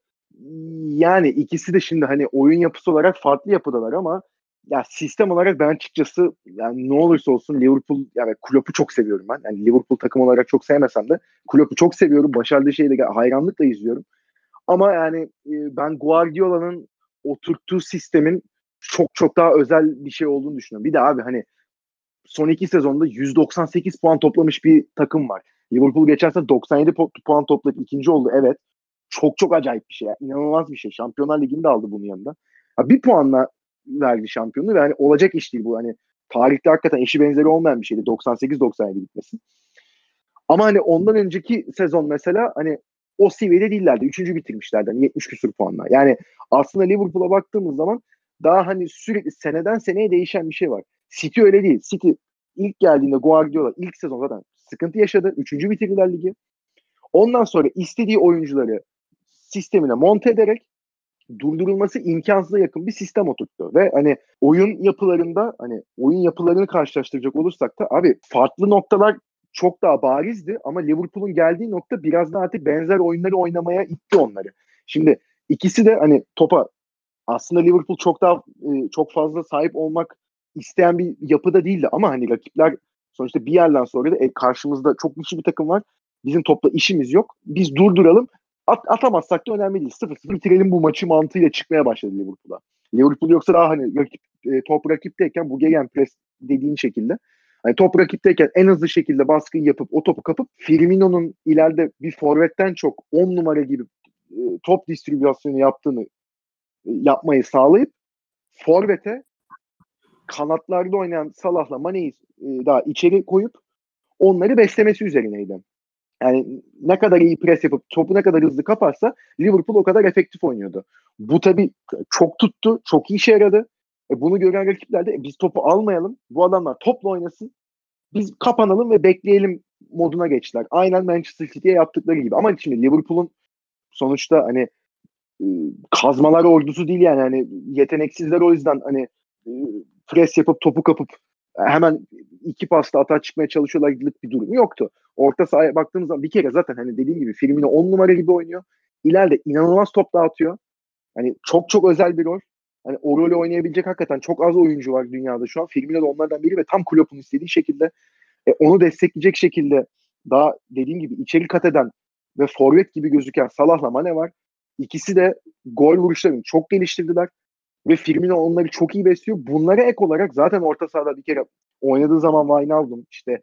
yani ikisi de şimdi hani oyun yapısı olarak farklı yapıdalar ama ya sistem olarak ben açıkçası yani ne olursa olsun Liverpool yani Klopp'u çok seviyorum ben. Yani Liverpool takım olarak çok sevmesem de Klopp'u çok seviyorum. Başardığı şeyi de hayranlıkla izliyorum. Ama yani e, ben Guardiola'nın oturttuğu sistemin çok çok daha özel bir şey olduğunu düşünüyorum. Bir de abi hani son iki sezonda yüz doksan sekiz puan toplamış bir takım var. Liverpool geçen sene doksan yedi puan toplayıp ikinci oldu. Evet. Çok çok acayip bir şey. Yani İnanılmaz bir şey. Şampiyonlar Ligi'nde aldı bunun yanında. Ha, bir puanla verdi şampiyonluğu ve hani olacak iş değil bu. Hani tarihte hakikaten eşi benzeri olmayan bir şeydi. doksan sekiz doksan yedi bitmesi. Ama hani ondan önceki sezon mesela hani o seviyede değillerdi. Üçüncü bitirmişlerdi hani yetmiş küsur puanla. Yani aslında Liverpool'a baktığımız zaman daha hani sürekli seneden seneye değişen bir şey var. City öyle değil. City ilk geldiğinde Guardiola ilk sezon zaten sıkıntı yaşadı. Üçüncü bitirdiler ligi. Ondan sonra istediği oyuncuları sistemine monte ederek durdurulması imkansıza yakın bir sistem oturttu. Ve hani oyun yapılarında hani oyun yapılarını karşılaştıracak olursak da abi farklı noktalar çok daha barizdi ama Liverpool'un geldiği nokta biraz daha artık benzer oyunları oynamaya itti onları. Şimdi ikisi de hani topa aslında Liverpool çok daha e, çok fazla sahip olmak isteyen bir yapıda değildi ama hani rakipler sonuçta bir yerden sonra da e, karşımızda çok güçlü bir takım var. Bizim topla işimiz yok. Biz durduralım. At, atamazsak da önemli değil. sıfır sıfır bitirelim bu maçı mantığıyla çıkmaya başladı Liverpool'a. Liverpool yoksa daha hani rakip, e, top rakipteyken bu gegen pres dediğin şekilde hani top rakipteyken en hızlı şekilde baskıyı yapıp o topu kapıp Firmino'nun ileride bir forvetten çok on numara gibi e, top distribüsyonu yaptığını yapmayı sağlayıp forvete kanatlarda oynayan Salah'la Mane'yi e, daha içeri koyup onları beslemesi üzerineydi. Yani ne kadar iyi pres yapıp topu ne kadar hızlı kaparsa Liverpool o kadar efektif oynuyordu. Bu tabii çok tuttu, çok iyi işe yaradı. E bunu gören rakipler de e, biz topu almayalım, bu adamlar topla oynasın, biz kapanalım ve bekleyelim moduna geçtiler. Aynen Manchester City'ye yaptıkları gibi. Ama şimdi Liverpool'un sonuçta hani e, kazmalar ordusu değil yani hani yeteneksizler o yüzden hani e, pres yapıp topu kapıp hemen iki pasla atağa çıkmaya çalışıyorlarlık bir durum yoktu. Orta sahaya baktığımız zaman bir kere zaten hani dediğim gibi Firmino on numara gibi oynuyor. İleride inanılmaz top dağıtıyor. Hani çok çok özel bir rol. Hani o rolü oynayabilecek hakikaten çok az oyuncu var dünyada şu an. Firmino da onlardan biri ve tam Klopp'un istediği şekilde e, onu destekleyecek şekilde daha dediğim gibi içeri kat eden ve forvet gibi gözüken Salah'la Mane var. İkisi de gol vuruşlarını çok geliştirdiler. Ve Firmino onları çok iyi besliyor. Bunlara ek olarak zaten orta sahada bir kere oynadığı zaman Wijnaldum işte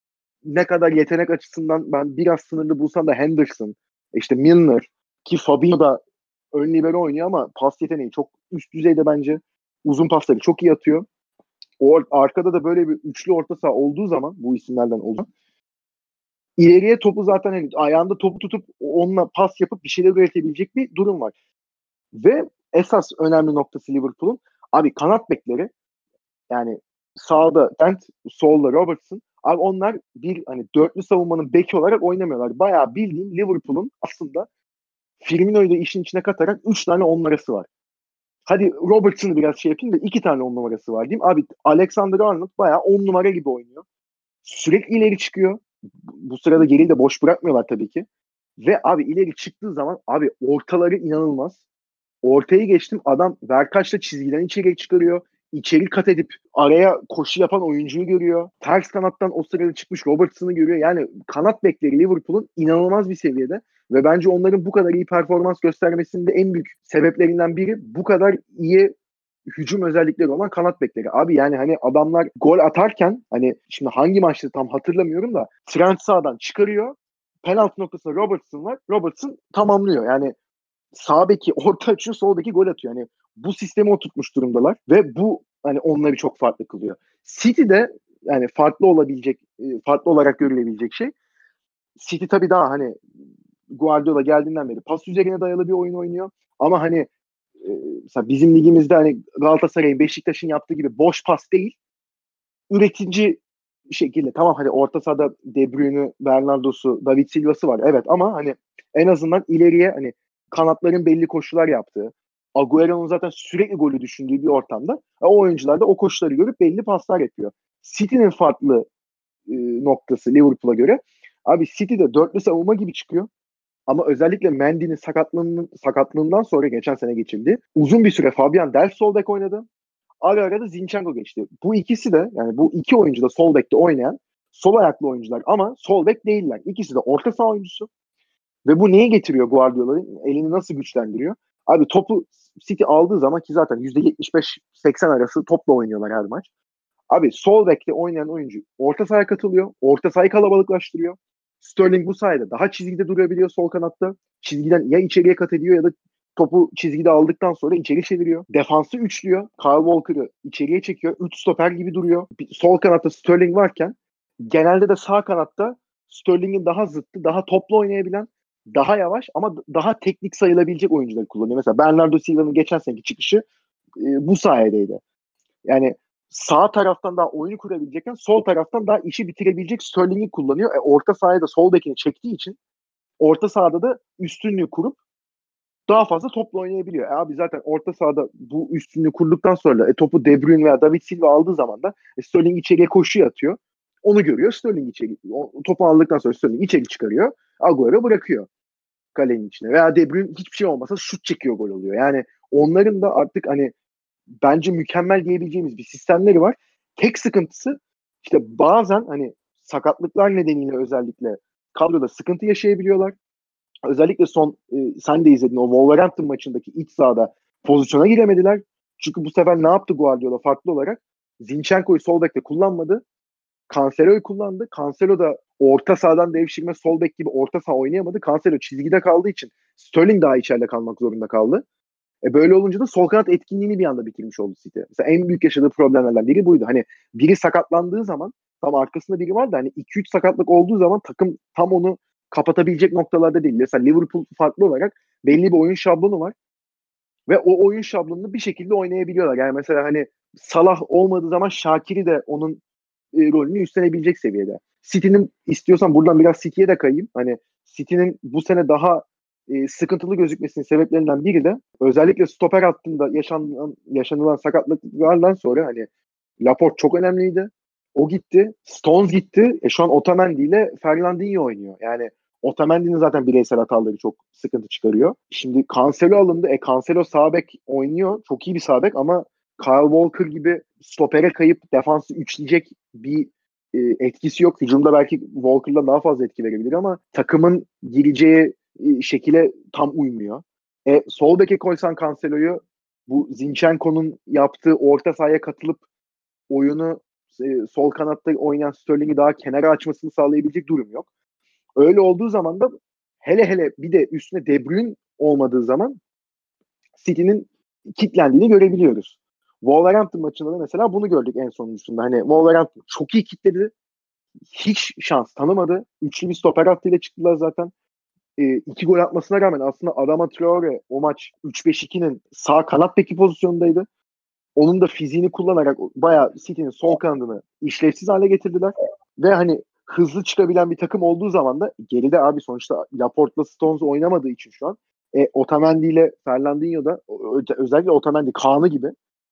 ne kadar yetenek açısından ben biraz sınırlı bulsam da Henderson, işte Milner ki Fabinho da ön libero oynuyor ama pas yeteneği çok üst düzeyde bence. Uzun pasları çok iyi atıyor. O arkada da böyle bir üçlü orta saha olduğu zaman bu isimlerden oldu. İleriye topu zaten hani ayağında topu tutup onunla pas yapıp bir şeyler üretebilecek bir durum var. Ve esas önemli noktası Liverpool'un abi kanat bekleri yani sağda Trent, solda Robertson. Abi onlar bir hani dörtlü savunmanın beki olarak oynamıyorlar. Bayağı bildiğin Liverpool'un aslında Firmino'yu da işin içine katarak üç tane on numarası var. Hadi Robertson'ı biraz şey yapayım da iki tane on numarası var diyeyim. Abi Alexander-Arnold bayağı on numara gibi oynuyor. Sürekli ileri çıkıyor. Bu sırada geriyi de boş bırakmıyorlar tabii ki. Ve abi ileri çıktığı zaman abi ortaları inanılmaz. Ortayı geçtim adam Verkaç'la çizgiden içeri çıkarıyor. İçeri kat edip araya koşu yapan oyuncuyu görüyor. Ters kanattan o sırada çıkmış Robertson'ı görüyor. Yani kanat bekleri Liverpool'un inanılmaz bir seviyede. Ve bence onların bu kadar iyi performans göstermesinin de en büyük sebeplerinden biri bu kadar iyi hücum özellikleri olan kanat bekleri. Abi yani hani adamlar gol atarken hani şimdi hangi maçta tam hatırlamıyorum da Trent sağdan çıkarıyor. Penaltı noktasında Robertson var. Robertson tamamlıyor. Yani sağ beki orta açıyor, sol beki gol atıyor. Yani bu sistemi oturtmuş durumdalar ve bu hani onları çok farklı kılıyor. City'de yani farklı olabilecek, farklı olarak görülebilecek şey. City tabii daha hani Guardiola geldiğinden beri pas üzerine dayalı bir oyun oynuyor. Ama hani e, mesela bizim ligimizde hani Galatasaray'ın, Beşiktaş'ın yaptığı gibi boş pas değil. Üretici şekilde tamam hani orta sahada De Bruyne, Bernardo'su, David Silva'sı var. Evet ama hani en azından ileriye hani kanatların belli koşular yaptığı, Agüero'nun zaten sürekli golü düşündüğü bir ortamda o oyuncular da o koşuları görüp belli paslar yapıyor. City'nin farklı e, noktası Liverpool'a göre. Abi City'de dörtlü savunma gibi çıkıyor. Ama özellikle Mendy'nin sakatlığının, sakatlığından sonra geçen sene geçildi. Uzun bir süre Fabian Delph sol bek oynadı. Ara ara da Zinchenko geçti. Bu ikisi de yani bu iki oyuncu da sol bekte oynayan sol ayaklı oyuncular ama sol bek değiller. İkisi de orta saha oyuncusu. Ve bu neyi getiriyor Guardiola'nın? Elini nasıl güçlendiriyor? Abi topu City aldığı zaman ki zaten yüzde yetmiş beş seksen arası topla oynuyorlar her maç. Abi sol bekte oynayan oyuncu orta sahaya katılıyor. Orta sahayı kalabalıklaştırıyor. Sterling bu sayede daha çizgide durabiliyor sol kanatta. Çizgiden ya içeriye kat ediyor ya da topu çizgide aldıktan sonra içeri çeviriyor. Defansı üçlüyor. Kyle Walker'ı içeriye çekiyor. Üç stoper gibi duruyor. Sol kanatta Sterling varken genelde de sağ kanatta Sterling'in daha zıttı, daha toplu oynayabilen daha yavaş ama daha teknik sayılabilecek oyuncuları kullanıyor. Mesela Bernardo Silva'nın geçen seneki çıkışı e, bu sayedeydi. Yani sağ taraftan daha oyunu kurabilecekken sol taraftan daha işi bitirebilecek Sterling'i kullanıyor. E, orta sahaya da sol bekini çektiği için orta sahada da üstünlüğü kurup daha fazla topla oynayabiliyor. E abi zaten orta sahada bu üstünlüğü kurduktan sonra e, topu De Bruyne veya David Silva aldığı zaman da e, Sterling içeriye koşuya atıyor. Onu görüyor. Sterling içeri, o, topu aldıktan sonra Sterling içeri çıkarıyor. Agüero bırakıyor kalenin içine. Veya De Bruyne hiçbir şey olmasa şut çekiyor, gol oluyor. Yani onların da artık hani bence mükemmel diyebileceğimiz bir sistemleri var. Tek sıkıntısı işte bazen hani sakatlıklar nedeniyle özellikle kadroda sıkıntı yaşayabiliyorlar. Özellikle son e, sen de izledin o Wolverhampton maçındaki iç sahada pozisyona giremediler. Çünkü bu sefer ne yaptı Guardiola farklı olarak? Zinchenko'yu sol bekte kullanmadı. Cancelo'yu kullandı. Cancelo da orta sahadan devşirme sol bek gibi orta saha oynayamadı. Cancelo çizgide kaldığı için Sterling daha içeride kalmak zorunda kaldı. E böyle olunca da sol kanat etkinliğini bir anda bitirmiş oldu City. Mesela en büyük yaşadığı problemlerden biri buydu. Hani biri sakatlandığı zaman tam arkasında biri var da hani iki üç sakatlık olduğu zaman takım tam onu kapatabilecek noktalarda değil. Mesela Liverpool farklı olarak belli bir oyun şablonu var. Ve o oyun şablonunu bir şekilde oynayabiliyorlar. Yani mesela hani Salah olmadığı zaman Şakir'i de onun e, rolünü üstlenebilecek seviyede. City'nin istiyorsan buradan biraz City'ye de kayayım. Hani City'nin bu sene daha e, sıkıntılı gözükmesinin sebeplerinden biri de özellikle stoper hattında yaşanılan, yaşanılan sakatlıklardan sonra hani Laporte çok önemliydi. O gitti. Stones gitti. E şu an Otamendi ile Fernandinho oynuyor. Yani Otamendi'nin zaten bireysel hataları çok sıkıntı çıkarıyor. Şimdi Cancelo alındı. E Cancelo sağ bek oynuyor. Çok iyi bir sağ bek ama Kyle Walker gibi stopere kayıp defansı üçleyecek bir e, etkisi yok. Hücumda belki Walker'la daha fazla etki verebilir ama takımın gireceği e, şekile tam uymuyor. E, sol beke koysan Cancelo'yu bu Zinchenko'nun yaptığı orta sahaya katılıp oyunu e, sol kanatta oynayan Sterling'i daha kenara açmasını sağlayabilecek durum yok. Öyle olduğu zaman da hele hele bir de üstüne De Bruyne olmadığı zaman City'nin kitlendiğini görebiliyoruz. Wolverhampton maçında da mesela bunu gördük en sonuncusunda. Hani Wolverhampton çok iyi kitledi. Hiç şans tanımadı. Üçlü bir stoper hattıyla çıktılar zaten. E, iki gol atmasına rağmen aslında Adama Traore o maç üç beş ikinin sağ kanat beki pozisyondaydı. Onun da fiziğini kullanarak bayağı City'nin sol kanadını işlevsiz hale getirdiler. Ve hani hızlı çıkabilen bir takım olduğu zaman da geride abi sonuçta Laporte'la Stones oynamadığı için şu an e, Otamendi ile Fernandinho da özellikle Otamendi Kaan'ı gibi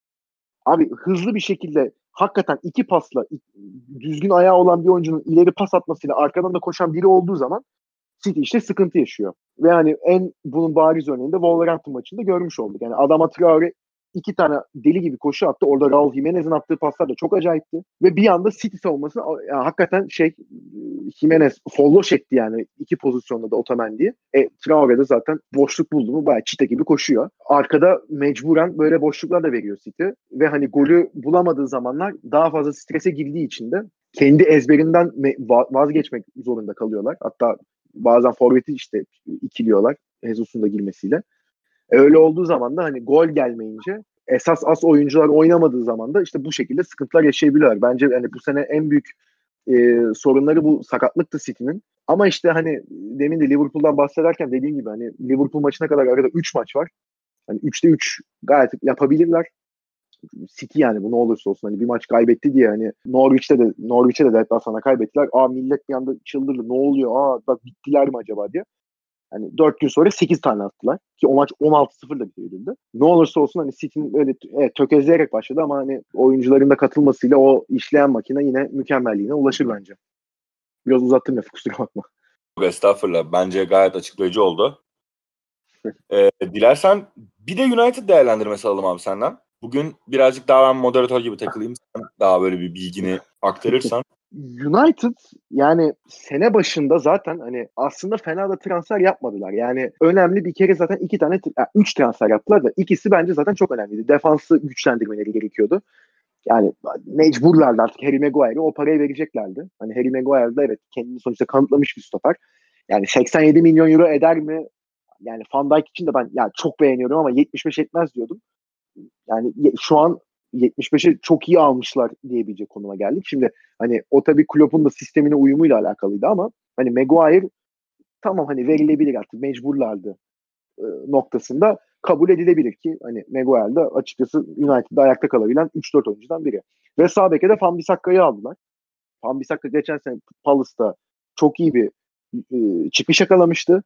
abi hızlı bir şekilde hakikaten iki pasla düzgün ayağı olan bir oyuncunun ileri pas atmasıyla arkadan da koşan biri olduğu zaman City işte sıkıntı yaşıyor. Ve hani en bunun bariz örneğini de Wolverhampton maçında görmüş olduk. Yani Adama Traore iki tane deli gibi koşu attı. Orada Raul Jimenez'in attığı paslar da çok acayipti. Ve bir anda City savunması yani hakikaten şey Jimenez folloş etti yani iki pozisyonda da Otamendi'yi. E, Traore de zaten boşluk buldu mu bayağı çite gibi koşuyor. Arkada mecburen böyle boşluklar da veriyor City. Ve hani golü bulamadığı zamanlar daha fazla strese girdiği için de kendi ezberinden vazgeçmek zorunda kalıyorlar. Hatta bazen forveti işte ikiliyorlar Jesus'un da girmesiyle. E öyle olduğu zaman da hani gol gelmeyince esas as oyuncular oynamadığı zaman da işte bu şekilde sıkıntılar yaşayabiliyorlar. Bence hani bu sene en büyük e, sorunları bu sakatlıktı City'nin. Ama işte hani demin de Liverpool'dan bahsederken dediğim gibi hani Liverpool maçına kadar arada üç maç var. Hani üçte üç gayet yapabilirler. City yani bu ne olursa olsun hani bir maç kaybetti diye hani Norwich'te de Norwich'te de deplasmana kaybettiler. Aa millet bir anda çıldırdı. Ne oluyor? Aa bak bittiler mi acaba diye. Hani dört gün sonra sekiz tane attılar. Ki o maç on altı sıfırla bitirildi. Ne olursa olsun hani City'nin öyle evet, tökezleyerek başladı ama hani oyuncuların da katılmasıyla o işleyen makine yine mükemmelliğine ulaşır bence. Biraz uzattım ya kusura bakma. Estağfurullah. Bence gayet açıklayıcı oldu. ee, dilersen bir de United değerlendirmesi alalım abi senden. Bugün birazcık daha ben moderatör gibi takılayım. Sen daha böyle bir bilgini aktarırsan. United yani sene başında zaten hani aslında fena da transfer yapmadılar. Yani önemli bir kere zaten iki tane, yani üç transfer yaptılar da ikisi bence zaten çok önemliydi. Defansı güçlendirmeleri gerekiyordu. Yani mecburlardı artık Harry Maguire'e o parayı vereceklerdi. Hani Harry Maguire da evet kendini sonuçta kanıtlamış bir stoper. Yani seksen yedi milyon euro eder mi? Yani Van Dijk için de ben yani çok beğeniyorum ama yetmiş beş etmez diyordum. Yani şu an yetmiş beşe çok iyi almışlar diyebilecek konuma geldik. Şimdi hani o tabii Klopp'un da sistemine uyumuyla alakalıydı ama hani Maguire tamam hani verilebilir artık mecburlardı e, noktasında kabul edilebilir ki hani Maguire da açıkçası United'da ayakta kalabilen üç dört oyuncudan biri. Ve sağ beke de Wan-Bissakka'yı aldılar. Wan-Bissaka geçen sene Palace'ta çok iyi bir e, çıkış yakalamıştı.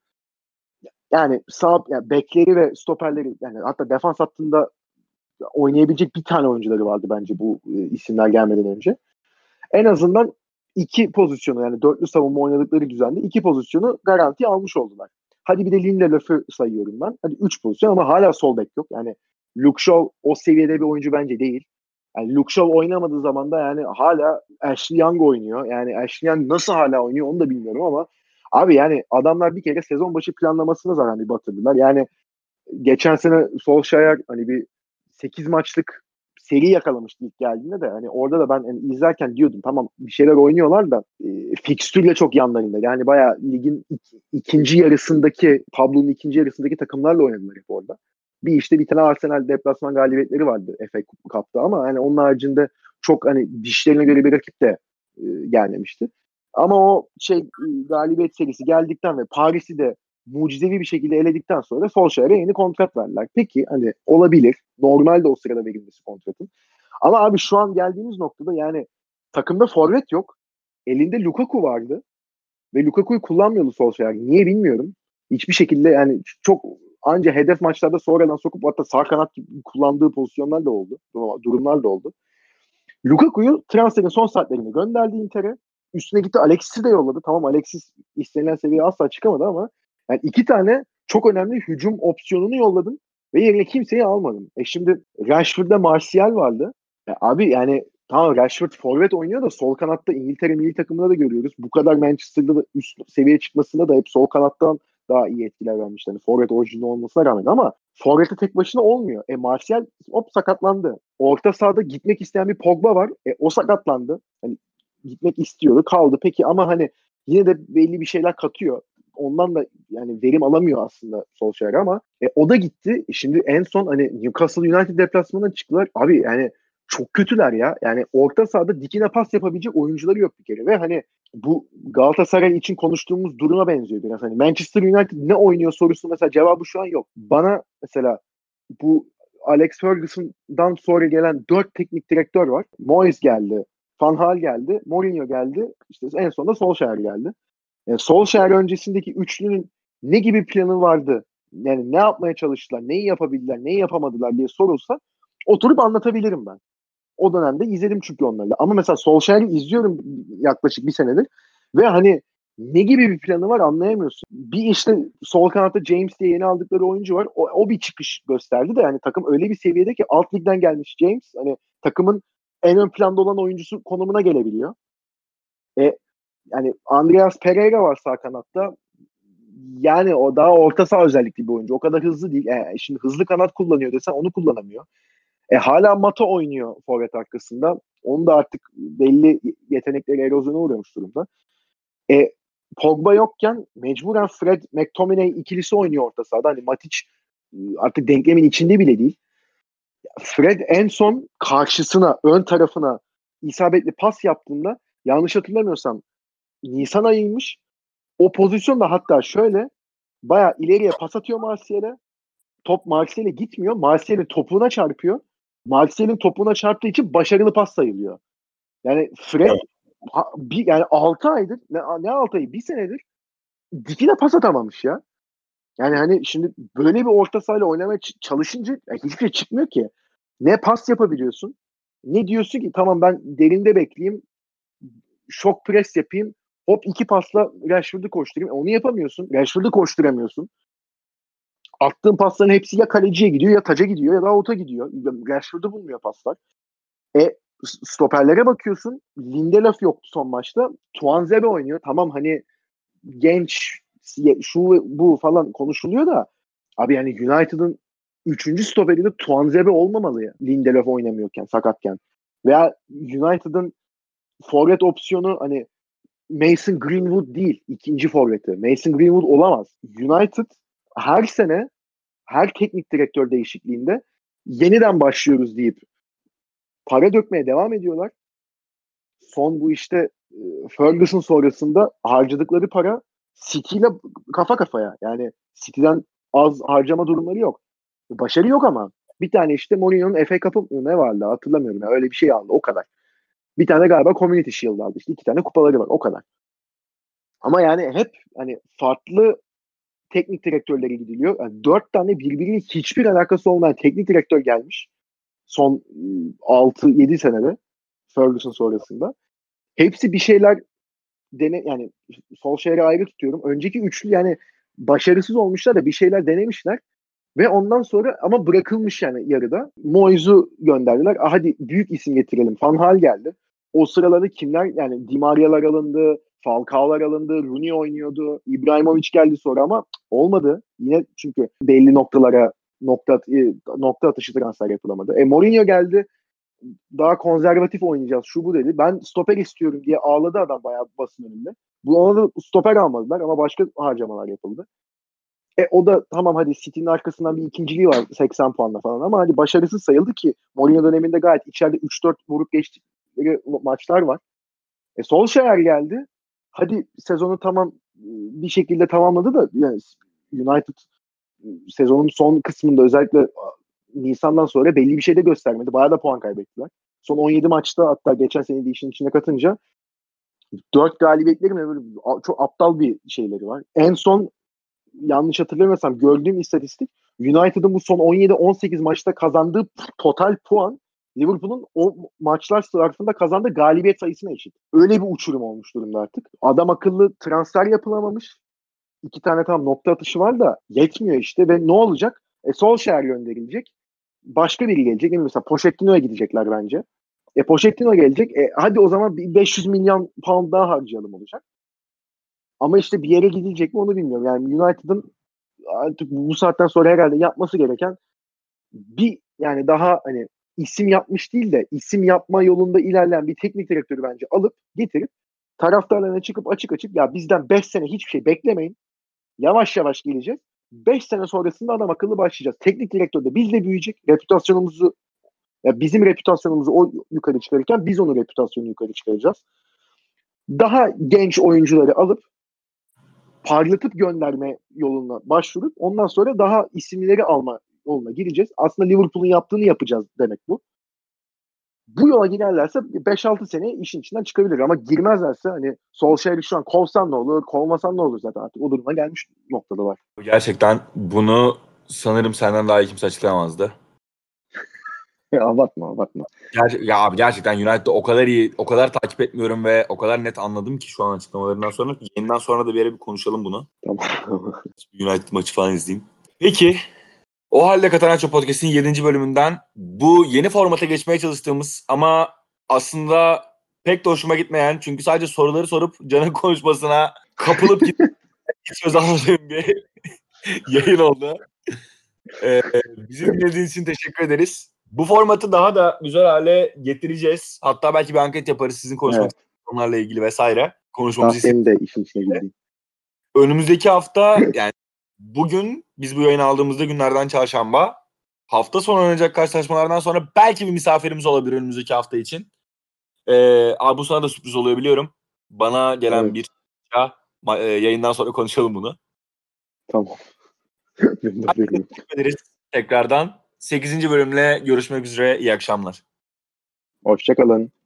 Yani sağ yani bekleri ve stoperleri yani hatta defans hattında oynayabilecek bir tane oyuncuları vardı bence bu e, isimler gelmeden önce. En azından iki pozisyonu yani dörtlü savunma oynadıkları düzende iki pozisyonu garanti almış oldular. Hadi bir de Lindelöf'ü sayıyorum ben. Hadi üç pozisyon ama hala sol bek yok. Yani Luke Shaw o seviyede bir oyuncu bence değil. Yani Luke Shaw oynamadığı zaman da yani hala Ashley Young oynuyor. Yani Ashley Young nasıl hala oynuyor onu da bilmiyorum ama abi yani adamlar bir kere sezon başı planlamasına zaten bir batırdılar. Yani geçen sene Solskjaer hani bir sekiz maçlık seri yakalamıştı ilk geldiğinde de hani orada da ben hani izlerken diyordum tamam bir şeyler oynuyorlar da e, fikstürle çok yanlarında. Yani bayağı ligin ik- ikinci yarısındaki tablonun ikinci yarısındaki takımlarla oynadılar hep orada. Bir işte bir tane Arsenal deplasman galibiyetleri vardı F A Cup'ta ama hani onun haricinde çok hani dişlerine göre bir rakip de e, gelmemişti. Ama o şey e, galibiyet serisi geldikten ve Paris'i de mucizevi bir şekilde eledikten sonra Solskjaer'e yeni kontrat verdiler. Peki hani olabilir. Normal de o sırada verilmesi kontratın. Ama abi şu an geldiğimiz noktada yani takımda forvet yok. Elinde Lukaku vardı. Ve Lukaku'yu kullanmıyordu Solskjaer. Niye bilmiyorum. Hiçbir şekilde yani çok anca hedef maçlarda sonradan sokup hatta sağ kanat gibi kullandığı pozisyonlar da oldu. Durumlar da oldu. Lukaku'yu transferin son saatlerinde gönderdi Inter'e. Üstüne gitti Alexis'i de yolladı. Tamam Alexis istenilen seviyeye asla çıkamadı ama yani iki tane çok önemli hücum opsiyonunu yolladın ve yerine kimseyi almadın. E şimdi Rashford'da Martial vardı. E abi yani tamam Rashford forvet oynuyor da sol kanatta İngiltere milli takımında da görüyoruz. Bu kadar Manchester'da da üst seviyeye çıkmasında da hep sol kanattan daha iyi etkiler vermişler. Yani forvet orijinali olmasına rağmen ama forvette tek başına olmuyor. E Martial hop sakatlandı. Orta sahada gitmek isteyen bir Pogba var. E o sakatlandı. Hani gitmek istiyordu kaldı. Peki ama hani yine de belli bir şeyler katıyor. Ondan da yani verim alamıyor aslında Solskjaer ama e, o da gitti. E, şimdi en son hani Newcastle United deplasmanına çıktılar. Abi yani çok kötüler ya. Yani orta sahada dikine pas yapabilecek oyuncuları yok bir kere. Ve hani bu Galatasaray için konuştuğumuz duruma benziyor biraz. Hani Manchester United ne oynuyor sorusu mesela cevabı şu an yok. Bana mesela bu Alex Ferguson'dan sonra gelen dört teknik direktör var. Moyes geldi, Van Gaal geldi, Mourinho geldi. İşte en sonunda Solskjaer geldi. Yani Solskjaer öncesindeki üçlünün ne gibi planı vardı? Yani ne yapmaya çalıştılar, neyi yapabildiler, neyi yapamadılar diye sorulsa oturup anlatabilirim ben. O dönemde izledim çünkü onları. Ama mesela Solskjaer'i izliyorum yaklaşık bir senedir ve hani ne gibi bir planı var anlayamıyorsun. Bir işte sol kanatta James diye yeni aldıkları oyuncu var. O, o bir çıkış gösterdi de yani takım öyle bir seviyede ki alt ligden gelmiş James hani takımın en ön planda olan oyuncusu konumuna gelebiliyor. E yani Andreas Pereira var sağ kanatta. Yani o daha orta saha özellikli bir oyuncu. O kadar hızlı değil. E, şimdi hızlı kanat kullanıyor desen onu kullanamıyor. E, hala Mata oynuyor forvet arkasında. Onun da artık belli yetenekleri erozyona uğramış durumda. E, Pogba yokken mecburen Fred McTominay ikilisi oynuyor orta sahada. Hani Matic artık denklemin içinde bile değil. Fred en son karşısına, ön tarafına isabetli pas yaptığında yanlış hatırlamıyorsam Nisan ayıymış. O pozisyonda hatta şöyle bayağı ileriye pas atıyor Martial'e. Top Martial'e gitmiyor. Martial'in topuğuna çarpıyor. Martial'in topuğuna çarptığı için başarılı pas sayılıyor. Yani Fred Evet. ha, bir, yani altı aydır ne, ne altı ayı bir senedir dikine pas atamamış ya. Yani hani şimdi böyle bir orta sahayla oynamaya ç- çalışınca yani hiçbir şey çıkmıyor ki. Ne pas yapabiliyorsun ne diyorsun ki tamam ben derinde bekleyeyim şok pres yapayım hop iki pasla Rashford'u koşturayım. E, onu yapamıyorsun. Rashford'u koşturamıyorsun. Attığın pasların hepsi ya kaleciye gidiyor ya taca gidiyor ya da out'a gidiyor. Rashford'u bulmuyor paslar. E stoperlere bakıyorsun. Lindelöf yoktu son maçta. Tuanzebe oynuyor. Tamam hani genç şu bu falan konuşuluyor da abi yani United'ın üçüncü stoperi de Tuanzebe olmamalı ya. Lindelöf oynamıyorken, sakatken. Veya United'ın forvet opsiyonu hani Mason Greenwood değil. İkinci forveti. Mason Greenwood olamaz. United her sene her teknik direktör değişikliğinde yeniden başlıyoruz deyip para dökmeye devam ediyorlar. Son bu işte e, Ferguson sonrasında harcadıkları para City ile kafa kafaya. Yani City'den az harcama durumları yok. Başarı yok ama. Bir tane işte Mourinho'nun F A Cup'ı ne vardı hatırlamıyorum ya. Öyle bir şey aldı o kadar. Bir tane galiba Community Shield aldı. İşte iki tane kupaları var o kadar. Ama yani hep hani farklı teknik direktörlere gidiliyor. Yani dört tane birbirinin hiçbir alakası olmayan teknik direktör gelmiş. Son altı yedi senede Ferguson sonrasında. Hepsi bir şeyler dene yani Solskjaer'i ayrı tutuyorum. Önceki üçlü yani başarısız olmuşlar da bir şeyler denemişler. Ve ondan sonra ama bırakılmış yani yarıda. Moyes'u gönderdiler. Ah, hadi büyük isim getirelim. Van Gaal geldi. O sıralarda kimler yani Di Maria'lar alındı, Falcao'lar alındı, Rooney oynuyordu. İbrahimovic geldi sonra ama olmadı. Yine çünkü belli noktalara nokta nokta atışı transfer yapılamadı. E Mourinho geldi. Daha konservatif oynayacağız şu bu dedi. Ben stoper istiyorum diye ağladı adam bayağı basın önünde. Bu ona da stoper almadılar ama başka harcamalar yapıldı. E o da tamam hadi City'nin arkasından bir ikinciliği var seksen puanla falan ama hadi başarısız sayıldı ki Mourinho döneminde gayet içeride üç dört vurup geçtikleri maçlar var. E Solskjaer geldi. Hadi sezonu tamam bir şekilde tamamladı da yani United sezonun son kısmında özellikle Nisan'dan sonra belli bir şey de göstermedi. Bayağı da puan kaybettiler. Son on yedi maçta hatta geçen sene de işin içine katınca dört galibiyetleri mi böyle çok aptal bir şeyleri var. En son yanlış hatırlamıyorsam gördüğüm istatistik United'ın bu son on yedi on sekiz maçta kazandığı total puan Liverpool'un o maçlar sırasında kazandığı galibiyet sayısına eşit. Öyle bir uçurum olmuş durumda artık. Adam akıllı transfer yapılamamış. İki tane tam nokta atışı var da yetmiyor işte ve ne olacak? E Solskjaer gönderilecek. Başka biri gelecek. Mesela Pochettino'ya gidecekler bence. E Pochettino gelecek. E hadi o zaman beş yüz milyon pound daha harcayalım olacak. Ama işte bir yere gidilecek mi onu bilmiyorum. Yani United'ın artık bu saatten sonra herhalde yapması gereken bir yani daha hani isim yapmış değil de isim yapma yolunda ilerleyen bir teknik direktörü bence alıp getirip taraftarlarına çıkıp açık açık ya bizden beş sene hiçbir şey beklemeyin. Yavaş yavaş geleceğiz. beş sene sonrasında adam akıllı başlayacağız. Teknik direktör de biz de büyüyecek. Reputasyonumuzu ya bizim reputasyonumuzu o yukarı çıkarırken biz onun reputasyonunu yukarı çıkaracağız. Daha genç oyuncuları alıp parlatıp gönderme yoluna başvurup ondan sonra daha isimleri alma yoluna gireceğiz. Aslında Liverpool'un yaptığını yapacağız demek bu. Bu yola girerlerse beş altı sene işin içinden çıkabilir ama girmezlerse hani Solskjaer'i şu an kovsan ne olur, kovmasan ne olur zaten artık o duruma gelmiş noktada var. Gerçekten bunu sanırım senden daha iyi kimse açıklayamazdı. abartma abartma. Ger- ya abi gerçekten United'ı o kadar iyi, o kadar takip etmiyorum ve o kadar net anladım ki şu an açıklamalarından sonra. Yeniden sonra da bir yere bir konuşalım bunu. Tamam. United maçı falan izleyeyim. Peki o halde Catenaccio Podcast'in yedinci bölümünden bu yeni formata geçmeye çalıştığımız ama aslında pek de hoşuma gitmeyen çünkü sadece soruları sorup Can'ın konuşmasına kapılıp gidip söz almadığım bir yayın oldu. Ee, bizi dinlediğiniz için teşekkür ederiz. Bu formatı daha da güzel hale getireceğiz. Hatta belki bir anket yaparız sizin konuşmak Evet. istediğiniz konularla ilgili vesaire. Konuşmamızı Benim de işin içine girdim. Önümüzdeki hafta yani bugün biz bu yayını aldığımızda günlerden çarşamba. Hafta sonu oynanacak karşılaşmalardan sonra belki bir misafirimiz olabilir önümüzdeki hafta için. Ee, abi bu sana da sürpriz oluyor biliyorum. Bana gelen Evet. bir ya, e, yayından sonra konuşalım bunu. Tamam. Teşekkür ederiz tekrardan. sekizinci bölümle görüşmek üzere. İyi akşamlar. Hoşçakalın.